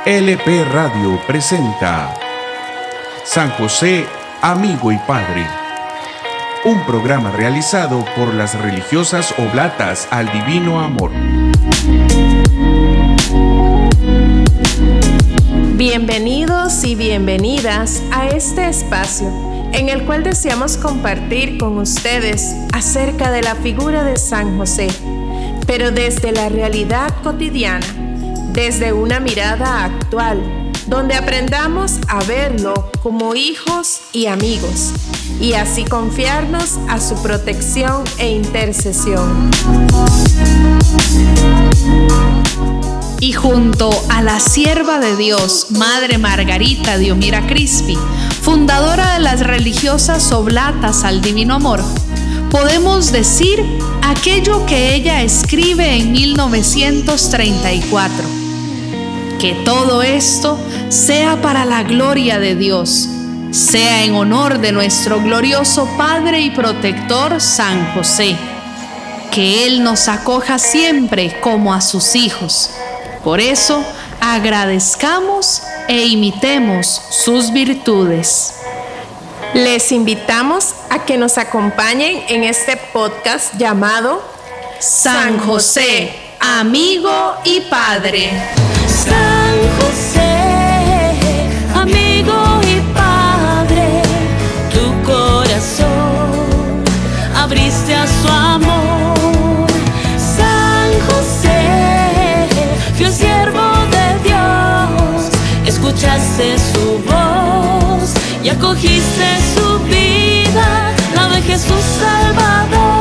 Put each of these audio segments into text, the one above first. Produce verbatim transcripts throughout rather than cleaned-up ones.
L P Radio presenta San José, Amigo y Padre, un programa realizado por las religiosas oblatas al Divino Amor. Bienvenidos y bienvenidas a este espacio en el cual deseamos compartir con ustedes acerca de la figura de San José, pero desde la realidad cotidiana, desde una mirada actual, donde aprendamos a verlo como hijos y amigos, y así confiarnos a su protección e intercesión. Y junto a la sierva de Dios, Madre Margarita Diomira Crispi, fundadora de las religiosas oblatas al Divino Amor, podemos decir aquello que ella escribe en mil novecientos treinta y cuatro. Que todo esto sea para la gloria de Dios, sea en honor de nuestro glorioso Padre y Protector San José, que Él nos acoja siempre como a sus hijos. Por eso, agradezcamos e imitemos sus virtudes. Les invitamos a que nos acompañen en este podcast llamado San José, Amigo y Padre. San José, amigo y padre, tu corazón abriste a su amor. San José, fiel siervo de Dios, escuchaste su voz y acogiste su vida, la de Jesús Salvador.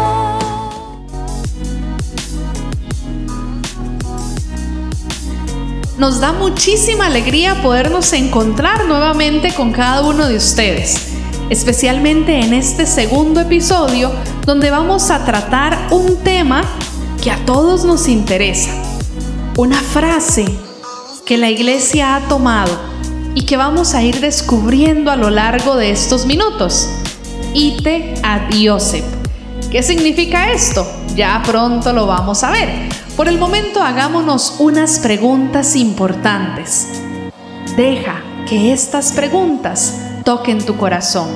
Nos da muchísima alegría podernos encontrar nuevamente con cada uno de ustedes, especialmente en este segundo episodio donde vamos a tratar un tema que a todos nos interesa, una frase que la Iglesia ha tomado y que vamos a ir descubriendo a lo largo de estos minutos. Ite ad Iosep. ¿Qué significa esto? Ya pronto lo vamos a ver. Por el momento hagámonos unas preguntas importantes. Deja que estas preguntas toquen tu corazón.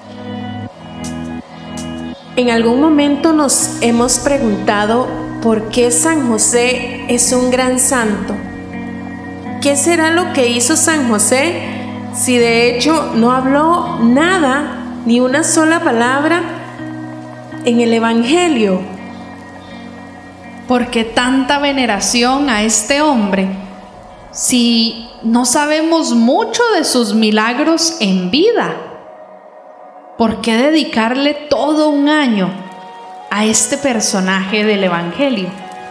En algún momento nos hemos preguntado por qué San José es un gran santo. ¿Qué será lo que hizo San José si de hecho no habló nada, ni una sola palabra en el Evangelio? ¿Por qué tanta veneración a este hombre si no sabemos mucho de sus milagros en vida? ¿Por qué dedicarle todo un año a este personaje del Evangelio?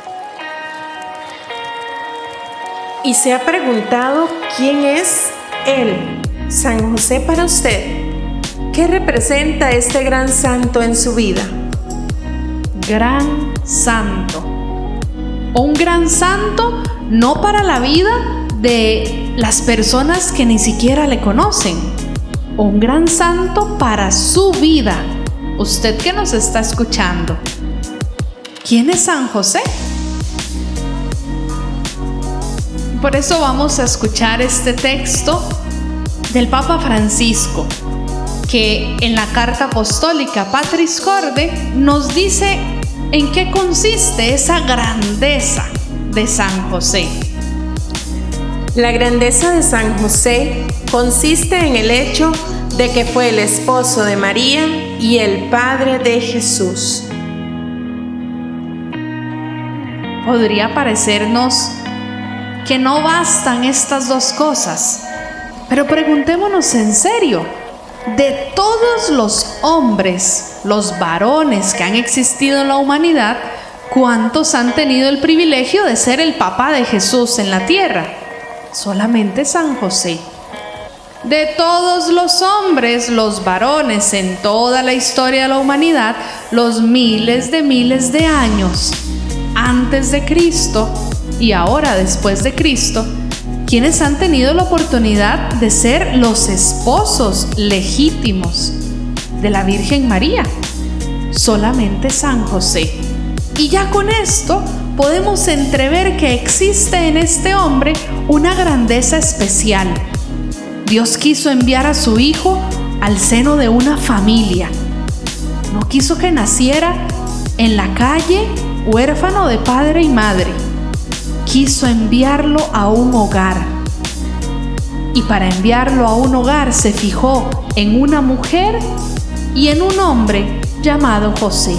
Y se ha preguntado quién es él, San José, para usted. ¿Qué representa este gran santo en su vida? Gran santo. Un gran santo no para la vida de las personas que ni siquiera le conocen. Un gran santo para su vida. Usted que nos está escuchando. ¿Quién es San José? Por eso vamos a escuchar este texto del Papa Francisco, que en la carta apostólica Patris Corde nos dice en qué consiste esa grandeza de San José. La grandeza de San José consiste en el hecho de que fue el esposo de María y el padre de Jesús. Podría parecernos que no bastan estas dos cosas, pero preguntémonos en serio. De todos los hombres, los varones que han existido en la humanidad, ¿cuántos han tenido el privilegio de ser el papá de Jesús en la tierra? Solamente San José. De todos los hombres, los varones en toda la historia de la humanidad, los miles de miles de años antes de Cristo y ahora después de Cristo, quienes han tenido la oportunidad de ser los esposos legítimos de la Virgen María, solamente San José. Y ya con esto podemos entrever que existe en este hombre una grandeza especial. Dios quiso enviar a su hijo al seno de una familia. No quiso que naciera en la calle, huérfano de padre y madre. Quiso enviarlo a un hogar. Y para enviarlo a un hogar se fijó en una mujer y en un hombre llamado José.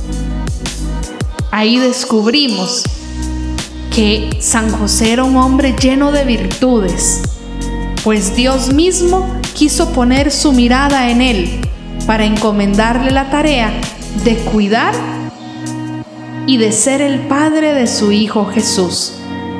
Ahí descubrimos que San José era un hombre lleno de virtudes, pues Dios mismo quiso poner su mirada en él para encomendarle la tarea de cuidar y de ser el padre de su Hijo Jesús.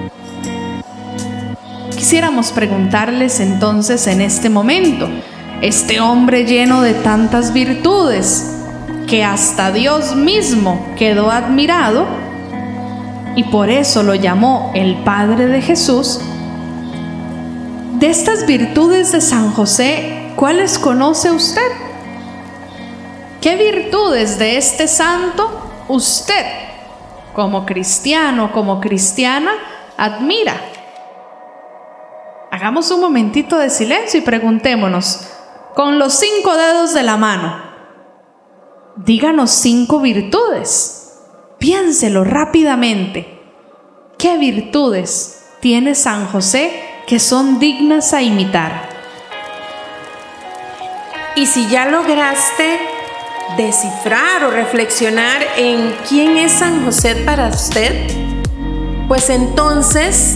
Quisiéramos preguntarles entonces en este momento, este hombre lleno de tantas virtudes, que hasta Dios mismo quedó admirado y por eso lo llamó el Padre de Jesús, de estas virtudes de San José, ¿cuáles conoce usted? ¿Qué virtudes de este santo usted, como cristiano, como cristiana, admira? Hagamos un momentito de silencio y preguntémonos, con los cinco dedos de la mano, díganos cinco virtudes. Piénselo rápidamente. ¿Qué virtudes tiene San José que son dignas a imitar? Y si ya lograste descifrar o reflexionar en quién es San José para usted, pues entonces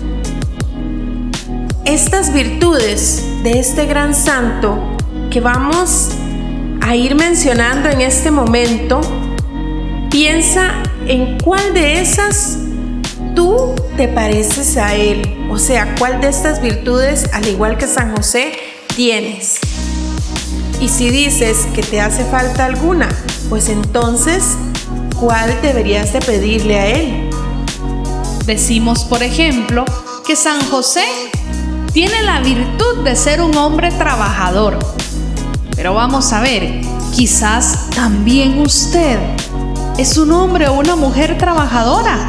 estas virtudes de este gran santo que vamos a ir mencionando en este momento, piensa en cuál de esas tú te pareces a él, o sea, cuál de estas virtudes, al igual que San José, tienes. Y si dices que te hace falta alguna, pues entonces, ¿cuál deberías de pedirle a él? Decimos, por ejemplo, que San José tiene la virtud de ser un hombre trabajador. Pero vamos a ver, quizás también usted es un hombre o una mujer trabajadora.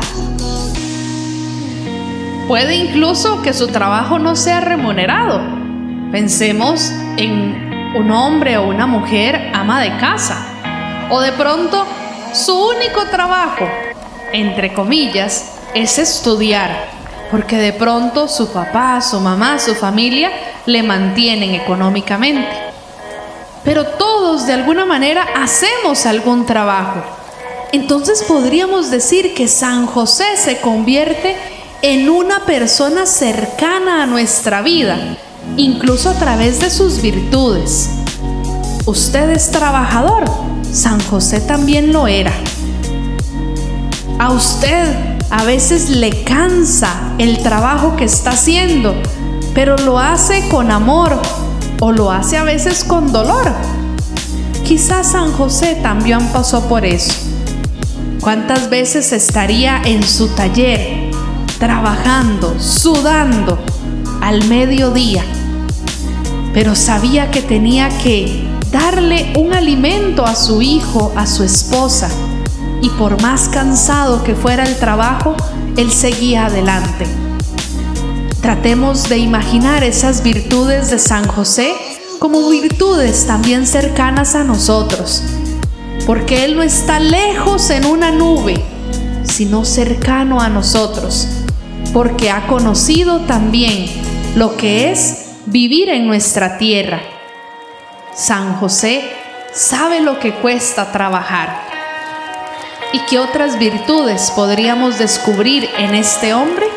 Puede incluso que su trabajo no sea remunerado. Pensemos en un hombre o una mujer ama de casa. O de pronto su único trabajo, entre comillas, es estudiar, porque de pronto su papá, su mamá, su familia le mantienen económicamente. Pero todos de alguna manera hacemos algún trabajo. Entonces podríamos decir que San José se convierte en una persona cercana a nuestra vida, incluso a través de sus virtudes. Usted es trabajador, San José también lo era. A usted a veces le cansa el trabajo que está haciendo, pero lo hace con amor o lo hace a veces con dolor. Quizás San José también pasó por eso. ¿Cuántas veces estaría en su taller, trabajando, sudando al mediodía? Pero sabía que tenía que darle un alimento a su hijo, a su esposa. Y por más cansado que fuera el trabajo, él seguía adelante. Tratemos de imaginar esas virtudes de San José como virtudes también cercanas a nosotros, porque Él no está lejos en una nube, sino cercano a nosotros, porque ha conocido también lo que es vivir en nuestra tierra. San José sabe lo que cuesta trabajar. ¿Y qué otras virtudes podríamos descubrir en este hombre?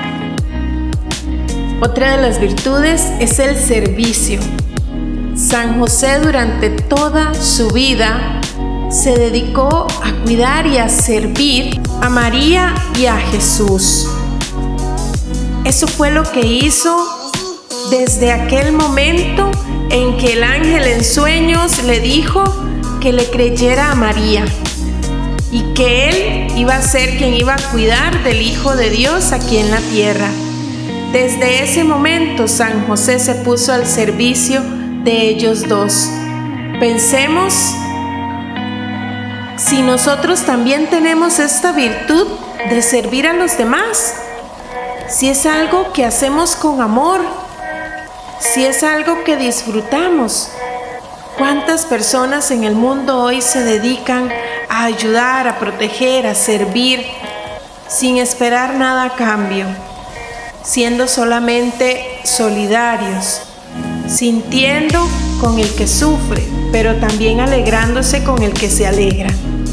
Otra de las virtudes es el servicio. San José durante toda su vida se dedicó a cuidar y a servir a María y a Jesús. Eso fue lo que hizo desde aquel momento en que el ángel en sueños le dijo que le creyera a María y que él iba a ser quien iba a cuidar del Hijo de Dios aquí en la tierra. Desde ese momento San José se puso al servicio de ellos dos. Pensemos si nosotros también tenemos esta virtud de servir a los demás, si es algo que hacemos con amor, si es algo que disfrutamos. ¿Cuántas personas en el mundo hoy se dedican a ayudar, a proteger, a servir, sin esperar nada a cambio, siendo solamente solidarios, sintiendo con el que sufre, pero también alegrándose con el que se alegra?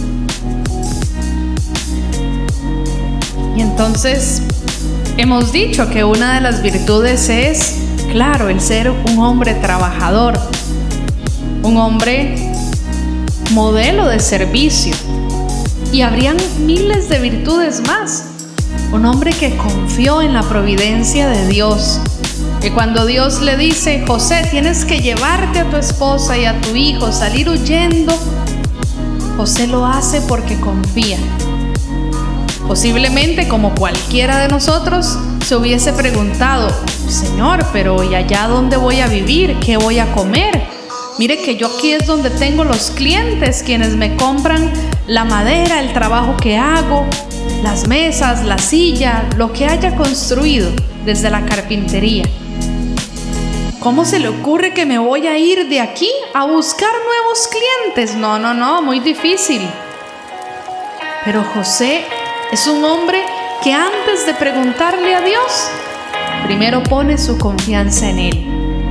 Y entonces hemos dicho que una de las virtudes es, claro, el ser un hombre trabajador, un hombre modelo de servicio. Y habrían miles de virtudes más. Un hombre que confió en la providencia de Dios, que cuando Dios le dice: José, tienes que llevarte a tu esposa y a tu hijo, salir huyendo, José lo hace porque confía. Posiblemente, como cualquiera de nosotros, se hubiese preguntado: Señor, pero ¿y allá dónde voy a vivir? ¿Qué voy a comer? Mire que yo aquí es donde tengo los clientes, quienes me compran la madera, el trabajo que hago, las mesas, la silla, lo que haya construido desde la carpintería. ¿Cómo se le ocurre que me voy a ir de aquí a buscar nuevos clientes? No, no, no, muy difícil. Pero José es un hombre que antes de preguntarle a Dios, primero pone su confianza en Él.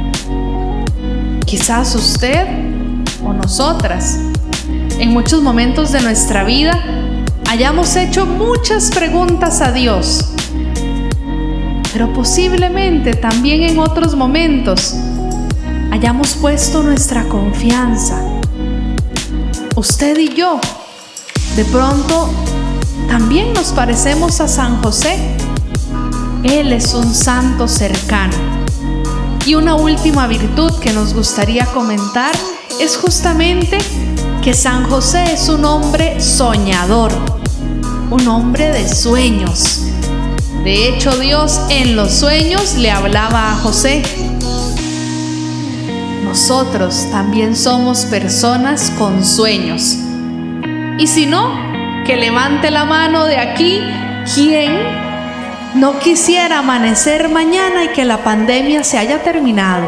Quizás usted o nosotras, en muchos momentos de nuestra vida, hayamos hecho muchas preguntas a Dios, pero posiblemente también en otros momentos hayamos puesto nuestra confianza. Usted y yo, de pronto, también nos parecemos a San José. Él es un santo cercano. Y una última virtud que nos gustaría comentar es justamente que San José es un hombre soñador, un hombre de sueños. De hecho, Dios en los sueños le hablaba a José. Nosotros también somos personas con sueños. Y si no, que levante la mano de aquí, ¿quién no quisiera amanecer mañana y que la pandemia se haya terminado?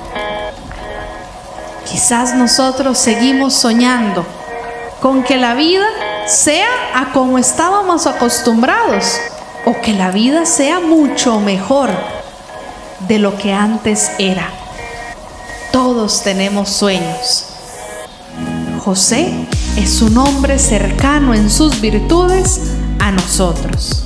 Quizás nosotros seguimos soñando con que la vida sea a como estábamos acostumbrados, o que la vida sea mucho mejor de lo que antes era. Todos tenemos sueños. José es un hombre cercano en sus virtudes a nosotros.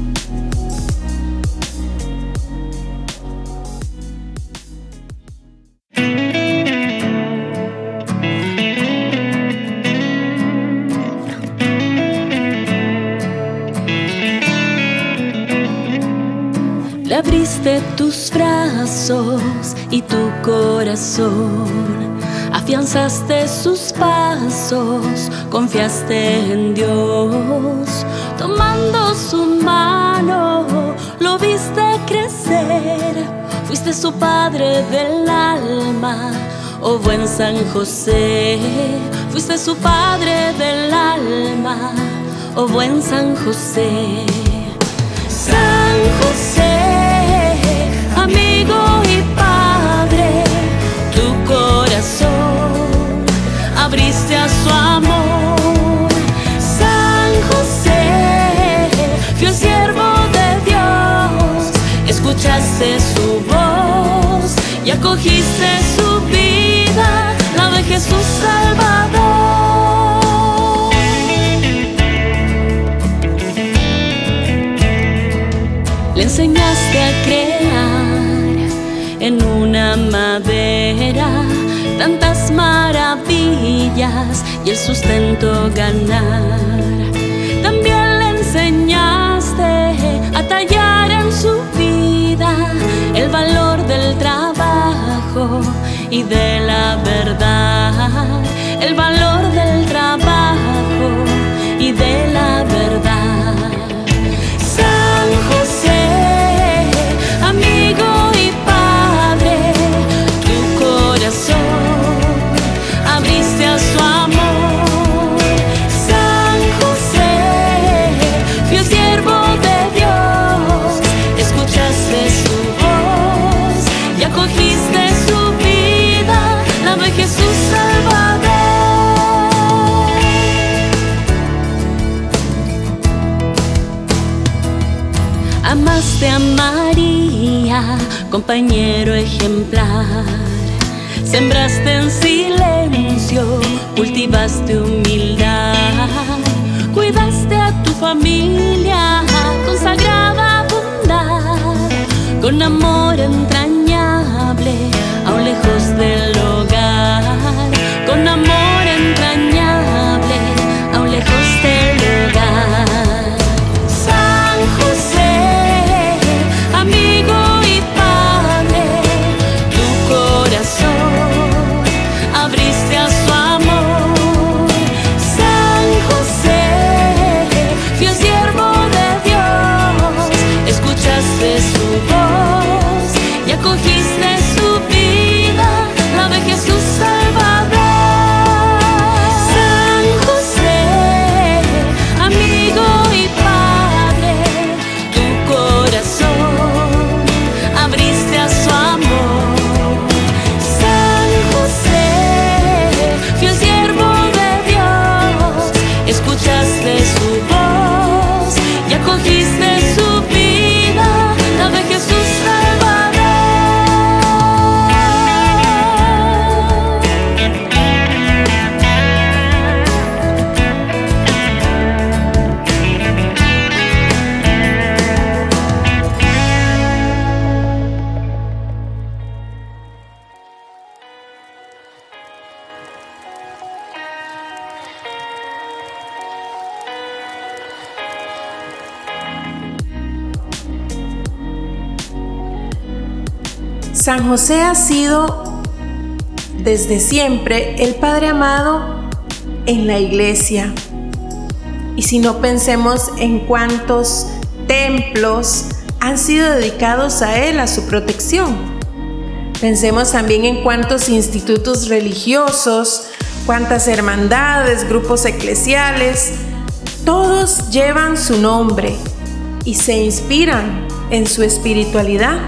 Le abriste tus brazos y tu corazón, afianzaste sus pasos, confiaste en Dios. Tomando su mano, lo viste crecer, fuiste su padre del alma, oh buen San José. Fuiste su padre del alma, oh buen San José. San José, amigo y padre, tu corazón abriste a su amor. San José, fiel siervo de Dios, escuchaste su voz y acogiste su vida, la de Jesús Salvador. Le enseñaste a crear en una madera tantas maravillas y el sustento ganar. También le enseñaste a tallar en su vida el valor del trabajo y de la verdad, el valor del trabajo y de la verdad. San José, amigo y padre, tu corazón abriste a su amor. San José, fiel compañero ejemplar. Sembraste en silencio, cultivaste humildad, cuidaste a tu familia con sagrada bondad, con amor entrañable, aún lejos del hogar, con amor entrañable, aún lejos del hogar. San José, amigo y padre, tu corazón abriste a su amor. San José, fiel siervo de Dios, escuchaste su voz y acogiste su vida, la de Jesús Salvador. San José, amigo y padre, tu corazón abriste a su amor. San José, fiel siervo de Dios, escuchaste su voz y acogiste su vida, la de Jesús Salvador. San José ha sido desde siempre el Padre amado en la iglesia. Y si no, pensemos en cuántos templos han sido dedicados a él, a su protección. Pensemos también en cuántos institutos religiosos, cuántas hermandades, grupos eclesiales, todos llevan su nombre y se inspiran en su espiritualidad.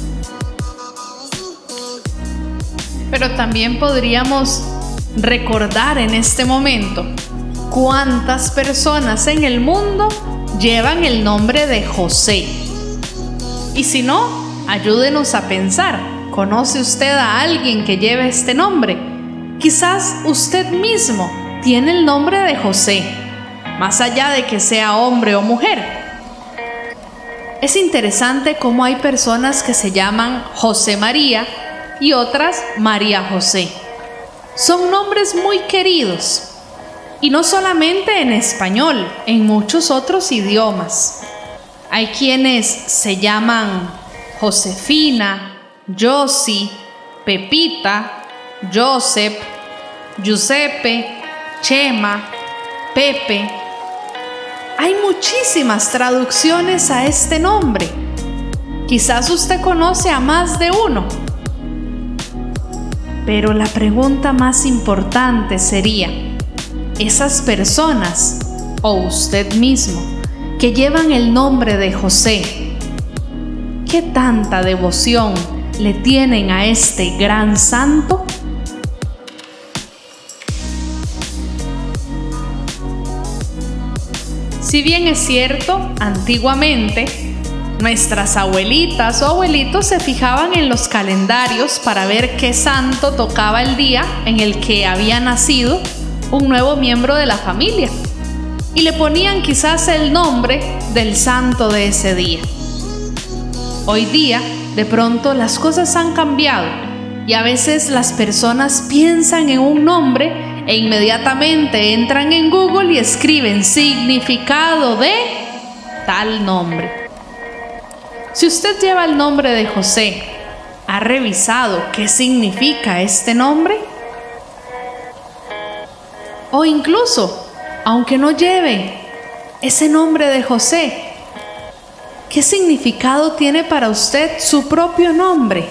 Pero también podríamos recordar en este momento cuántas personas en el mundo llevan el nombre de José. Y si no, ayúdenos a pensar. ¿Conoce usted a alguien que lleve este nombre? Quizás usted mismo tiene el nombre de José, más allá de que sea hombre o mujer. Es interesante cómo hay personas que se llaman José María y otras María José. Son nombres muy queridos, y no solamente en español, en muchos otros idiomas. Hay quienes se llaman Josefina, Josie, Pepita, Joseph, Giuseppe, Chema, Pepe. Hay muchísimas traducciones a este nombre. Quizás usted conoce a más de uno. Pero la pregunta más importante sería, esas personas, o usted mismo, que llevan el nombre de José, ¿qué tanta devoción le tienen a este gran santo? Si bien es cierto, antiguamente, nuestras abuelitas o abuelitos se fijaban en los calendarios para ver qué santo tocaba el día en el que había nacido un nuevo miembro de la familia, y le ponían quizás el nombre del santo de ese día. Hoy día, de pronto, las cosas han cambiado y a veces las personas piensan en un nombre e inmediatamente entran en Google y escriben significado de tal nombre. Si usted lleva el nombre de José, ¿ha revisado qué significa este nombre? O incluso, aunque no lleve ese nombre de José, ¿qué significado tiene para usted su propio nombre?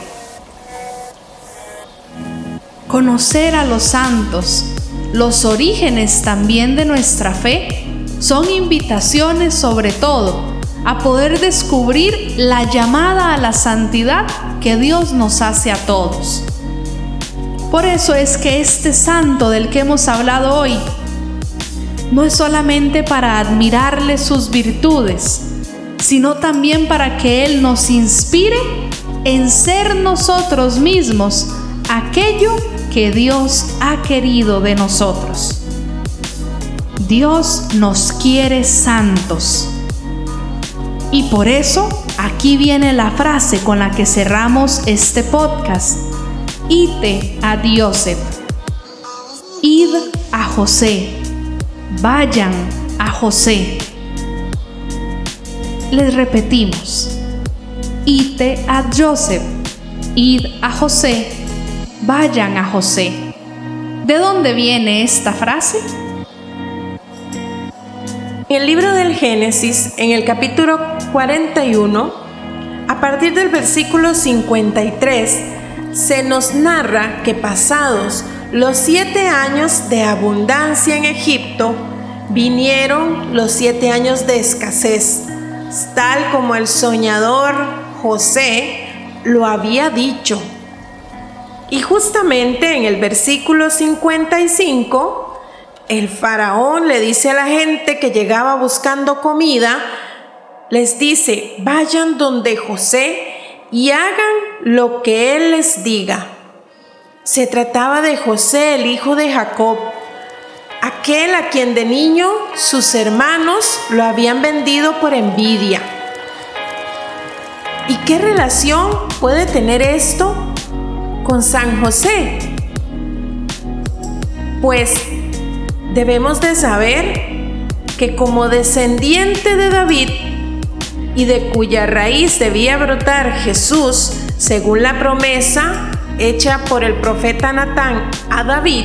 Conocer a los santos, los orígenes también de nuestra fe, son invitaciones sobre todo a poder descubrir la llamada a la santidad que Dios nos hace a todos. Por eso es que este santo del que hemos hablado hoy no es solamente para admirarle sus virtudes, sino también para que Él nos inspire en ser nosotros mismos aquello que Dios ha querido de nosotros. Dios nos quiere santos. Y por eso aquí viene la frase con la que cerramos este podcast. Ite a Diosep. Id a José. Vayan a José. Les repetimos. Ite a Joseph. Id a José. Vayan a José. ¿De dónde viene esta frase? En el libro del Génesis, en el capítulo cuarenta y uno, a partir del versículo cincuenta y tres, se nos narra que pasados los siete años de abundancia en Egipto, vinieron los siete años de escasez, tal como el soñador José lo había dicho. Y justamente en el versículo cincuenta y cinco, el faraón le dice a la gente que llegaba buscando comida, les dice, vayan donde José y hagan lo que él les diga. Se trataba de José, el hijo de Jacob, aquel a quien de niño sus hermanos lo habían vendido por envidia. ¿Y qué relación puede tener esto con San José? Pues debemos de saber que como descendiente de David y de cuya raíz debía brotar Jesús, según la promesa hecha por el profeta Natán a David,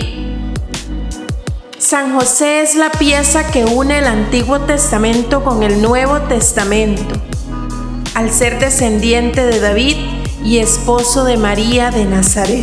San José es la pieza que une el Antiguo Testamento con el Nuevo Testamento, al ser descendiente de David y esposo de María de Nazaret.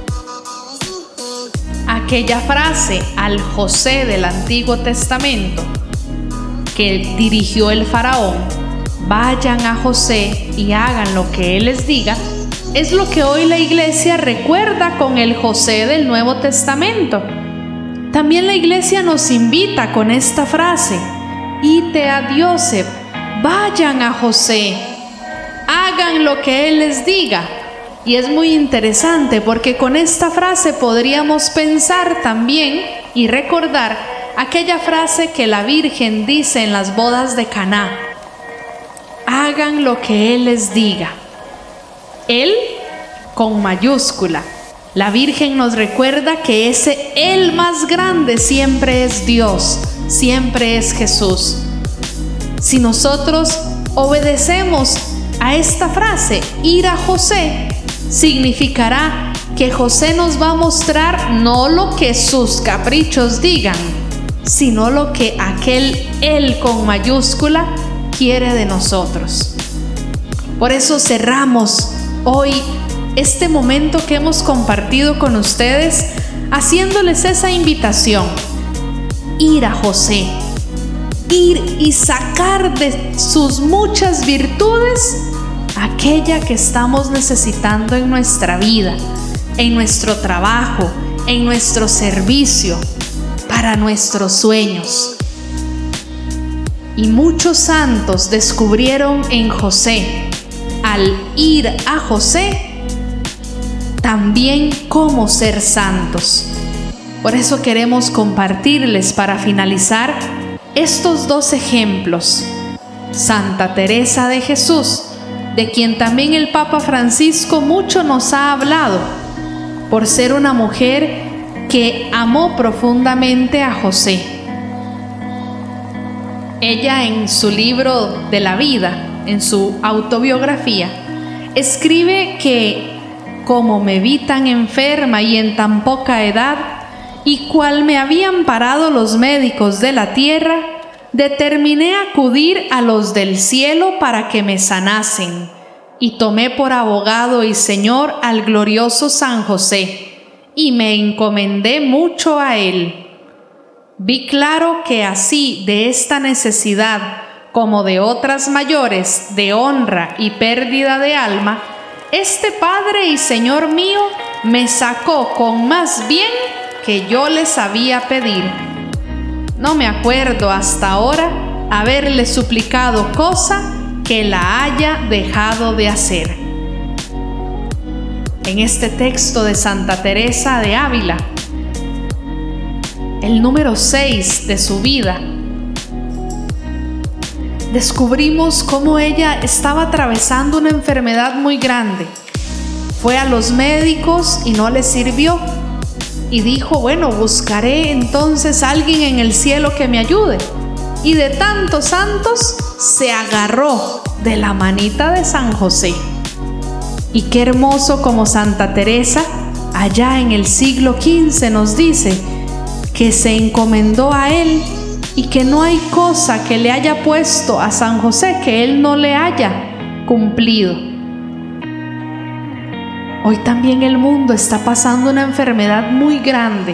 Aquella frase al José del Antiguo Testamento que dirigió el faraón, vayan a José y hagan lo que él les diga, es lo que hoy la iglesia recuerda con el José del Nuevo Testamento. También la iglesia nos invita con esta frase, ite a Diosep, vayan a José, hagan lo que él les diga. Y es muy interesante porque con esta frase podríamos pensar también y recordar aquella frase que la Virgen dice en las bodas de Caná. Hagan lo que Él les diga. Él con mayúscula. La Virgen nos recuerda que ese Él más grande siempre es Dios, siempre es Jesús. Si nosotros obedecemos a esta frase, ir a José, significará que José nos va a mostrar no lo que sus caprichos digan, sino lo que aquel Él con mayúscula quiere de nosotros. Por eso cerramos hoy este momento que hemos compartido con ustedes, haciéndoles esa invitación, ir a José, ir y sacar de sus muchas virtudes aquella que estamos necesitando en nuestra vida, en nuestro trabajo, en nuestro servicio, para nuestros sueños. Y muchos santos descubrieron en José, al ir a José, también cómo ser santos. Por eso queremos compartirles para finalizar estos dos ejemplos. Santa Teresa de Jesús, de quien también el Papa Francisco mucho nos ha hablado, por ser una mujer que amó profundamente a José. Ella en su libro de la vida, en su autobiografía, escribe que como me vi tan enferma y en tan poca edad, y cual me habían parado los médicos de la tierra, determiné acudir a los del cielo para que me sanasen, y tomé por abogado y señor al glorioso San José, y me encomendé mucho a él. Vi claro que así de esta necesidad, como de otras mayores de honra y pérdida de alma, este Padre y Señor mío me sacó con más bien que yo le sabía pedir. No me acuerdo hasta ahora haberle suplicado cosa que la haya dejado de hacer. en este texto de Santa Teresa de Ávila, el número seis de su vida, descubrimos cómo ella estaba atravesando una enfermedad muy grande. Fue a los médicos y no le sirvió. Y dijo, bueno, buscaré entonces a alguien en el cielo que me ayude. Y de tantos santos se agarró de la manita de San José. Y qué hermoso como Santa Teresa, allá en el siglo quince, nos dice que se encomendó a él y que no hay cosa que le haya puesto a San José que él no le haya cumplido. Hoy también el mundo está pasando una enfermedad muy grande.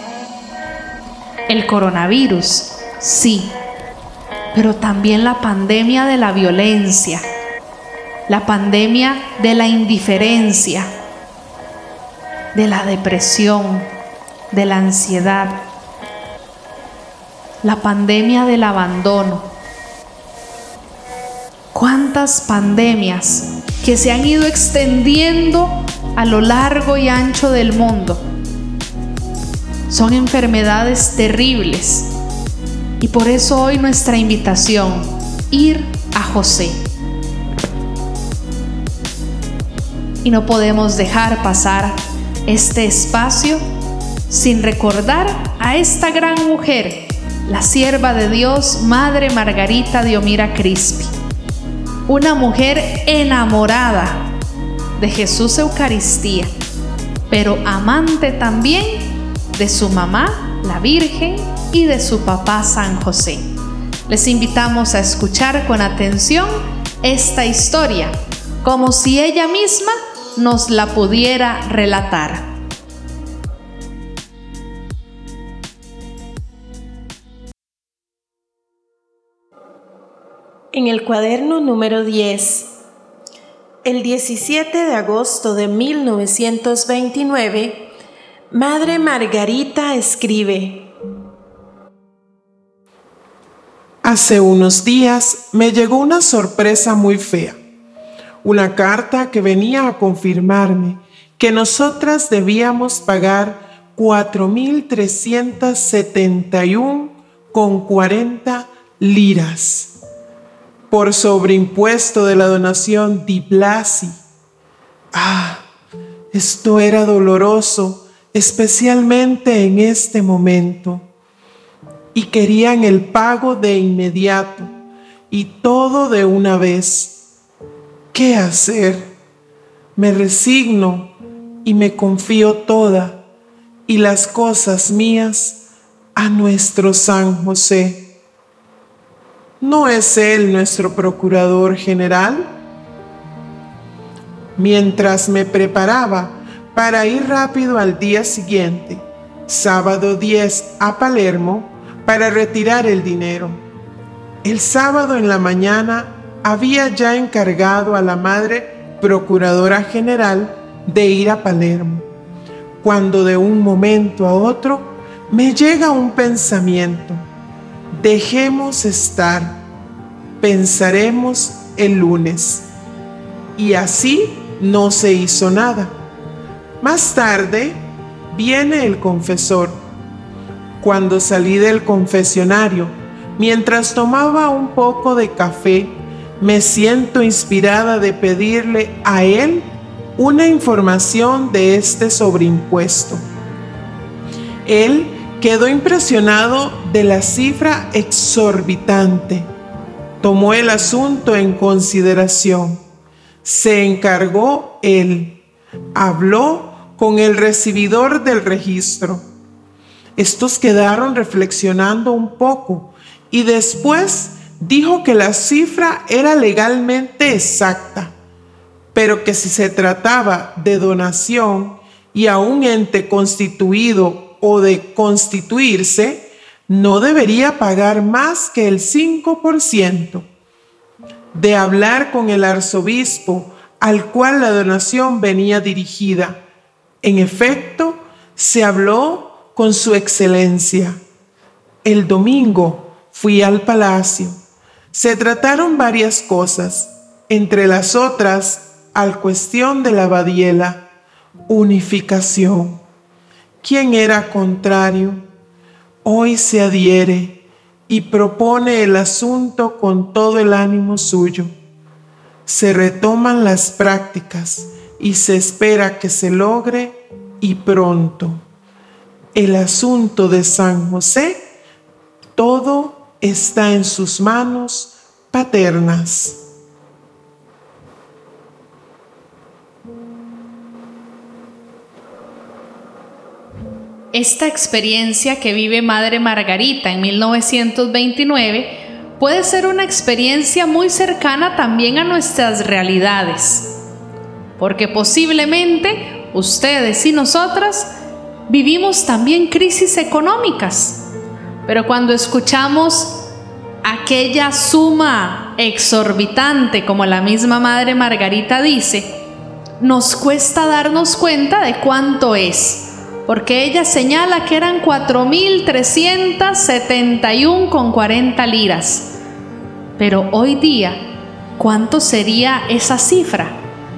El coronavirus, sí, pero también la pandemia de la violencia, la pandemia de la indiferencia, de la depresión, de la ansiedad, la pandemia del abandono. ¿Cuántas pandemias que se han ido extendiendo a lo largo y ancho del mundo? Son enfermedades terribles. Y por eso hoy nuestra invitación, ir a José. Y no podemos dejar pasar este espacio sin recordar a esta gran mujer, la sierva de Dios, Madre Margarita Diomira Crispi. Una mujer enamorada de Jesús Eucaristía, pero amante también de su mamá, la Virgen, y de su papá San José. Les invitamos a escuchar con atención esta historia, como si ella misma nos la pudiera relatar. En el cuaderno número diez, el diecisiete de agosto de mil novecientos veintinueve, Madre Margarita escribe: Hace unos días me llegó una sorpresa muy fea. Una carta que venía a confirmarme que nosotras debíamos pagar cuatro mil trescientas setenta y una con cuarenta liras por sobreimpuesto de la donación Di Blasi. Ah, esto era doloroso, especialmente en este momento. Y querían el pago de inmediato y todo de una vez. ¿Qué hacer? Me resigno y me confío toda y las cosas mías a nuestro San José. ¿No es él nuestro procurador general? Mientras me preparaba para ir rápido al día siguiente, sábado diez, a Palermo, para retirar el dinero. El sábado en la mañana había ya encargado a la Madre Procuradora General de ir a Palermo, cuando de un momento a otro me llega un pensamiento. Dejemos estar, pensaremos el lunes. Y así no se hizo nada. Más tarde viene el confesor. Cuando salí del confesionario, mientras tomaba un poco de café, me siento inspirada de pedirle a él una información de este sobreimpuesto. Él quedó impresionado de la cifra exorbitante. Tomó el asunto en consideración. Se encargó él. Habló con el recibidor del registro. Estos quedaron reflexionando un poco y después dijo que la cifra era legalmente exacta, pero que si se trataba de donación y a un ente constituido o de constituirse, no debería pagar más que el cinco por ciento. De hablar con el arzobispo al cual la donación venía dirigida. En efecto, se habló con su excelencia. El domingo fui al palacio. Se trataron varias cosas, entre las otras, al cuestión de la Badiela, unificación. Quien era contrario, hoy se adhiere y propone el asunto con todo el ánimo suyo. Se retoman las prácticas y se espera que se logre y pronto. El asunto de San José, todo está en sus manos paternas. Esta experiencia que vive Madre Margarita en mil novecientos veintinueve puede ser una experiencia muy cercana también a nuestras realidades, porque posiblemente ustedes y nosotras vivimos también crisis económicas, pero cuando escuchamos aquella suma exorbitante, como la misma Madre Margarita dice, nos cuesta darnos cuenta de cuánto es, porque ella señala que eran cuatro mil trescientos setenta y uno con cuarenta liras. Pero hoy día, ¿cuánto sería esa cifra?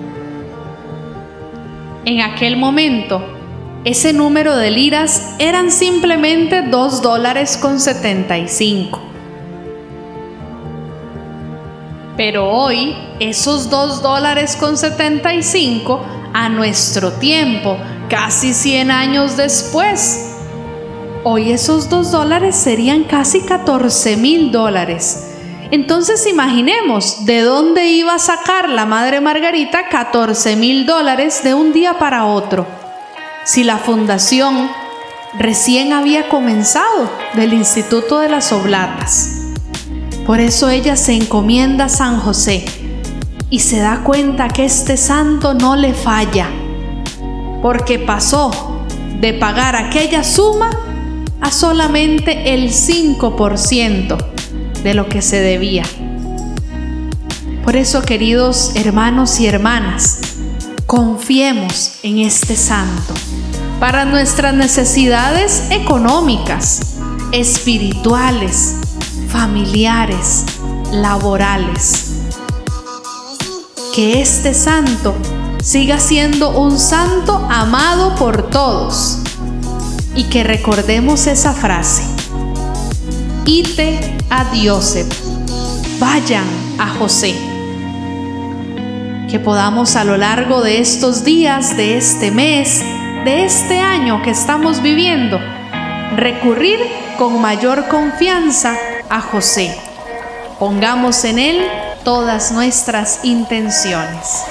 En aquel momento, ese número de liras eran simplemente dos dólares con setenta y cinco. Pero hoy, esos dos dólares con setenta y cinco, a nuestro tiempo, casi cien años después, hoy esos dos dólares serían casi catorce mil dólares. Entonces imaginemos de dónde iba a sacar la Madre Margarita catorce mil dólares de un día para otro, si la fundación recién había comenzado del Instituto de las Oblatas. Por eso ella se encomienda a San José y se da cuenta que este santo no le falla, porque pasó de pagar aquella suma a solamente el cinco por ciento de lo que se debía. Por eso, queridos hermanos y hermanas, confiemos en este santo para nuestras necesidades económicas, espirituales, familiares, laborales. Que este santo siga siendo un santo amado por todos y que recordemos esa frase: ite a Diosep, vayan a José. Que podamos a lo largo de estos días, de este mes, de este año que estamos viviendo, recurrir con mayor confianza a José. Pongamos en él todas nuestras intenciones.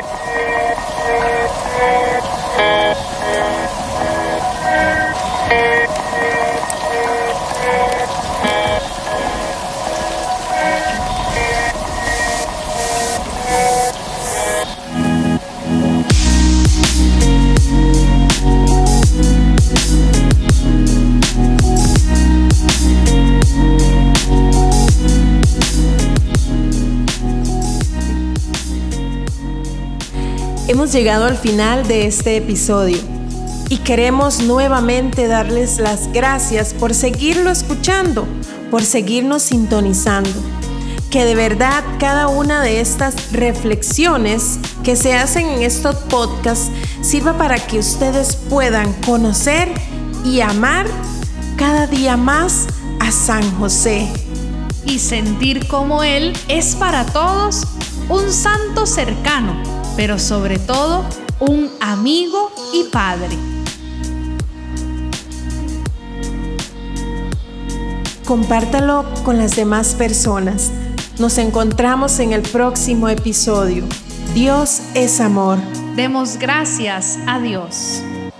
Hemos llegado al final de este episodio y queremos nuevamente darles las gracias por seguirlo escuchando, por seguirnos sintonizando. Que de verdad cada una de estas reflexiones que se hacen en estos podcasts sirva para que ustedes puedan conocer y amar cada día más a San José y sentir como él es para todos un santo cercano, pero sobre todo un amigo y padre. Compártalo con las demás personas. Nos encontramos en el próximo episodio. Dios es amor. Demos gracias a Dios.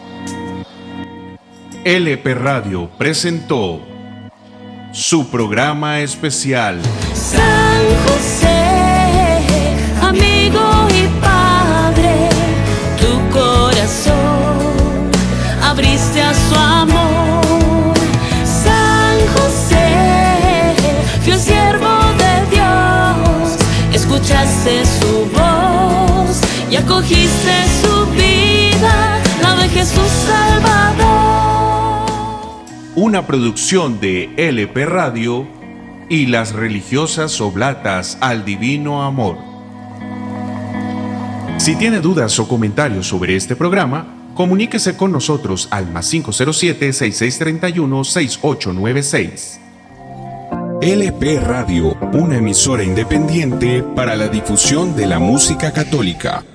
L P Radio presentó su programa especial San José, amigo y padre, tu corazón abriste a su amor. San José, fiel siervo de Dios, escuchaste su voz y acogiste su vida, la de Jesús Salvador. una producción de L P Radio y las religiosas oblatas al divino amor. Si tiene dudas o comentarios sobre este programa, comuníquese con nosotros al más cinco cero siete, seis seis tres uno, seis ocho nueve seis. L P Radio, una emisora independiente para la difusión de la música católica.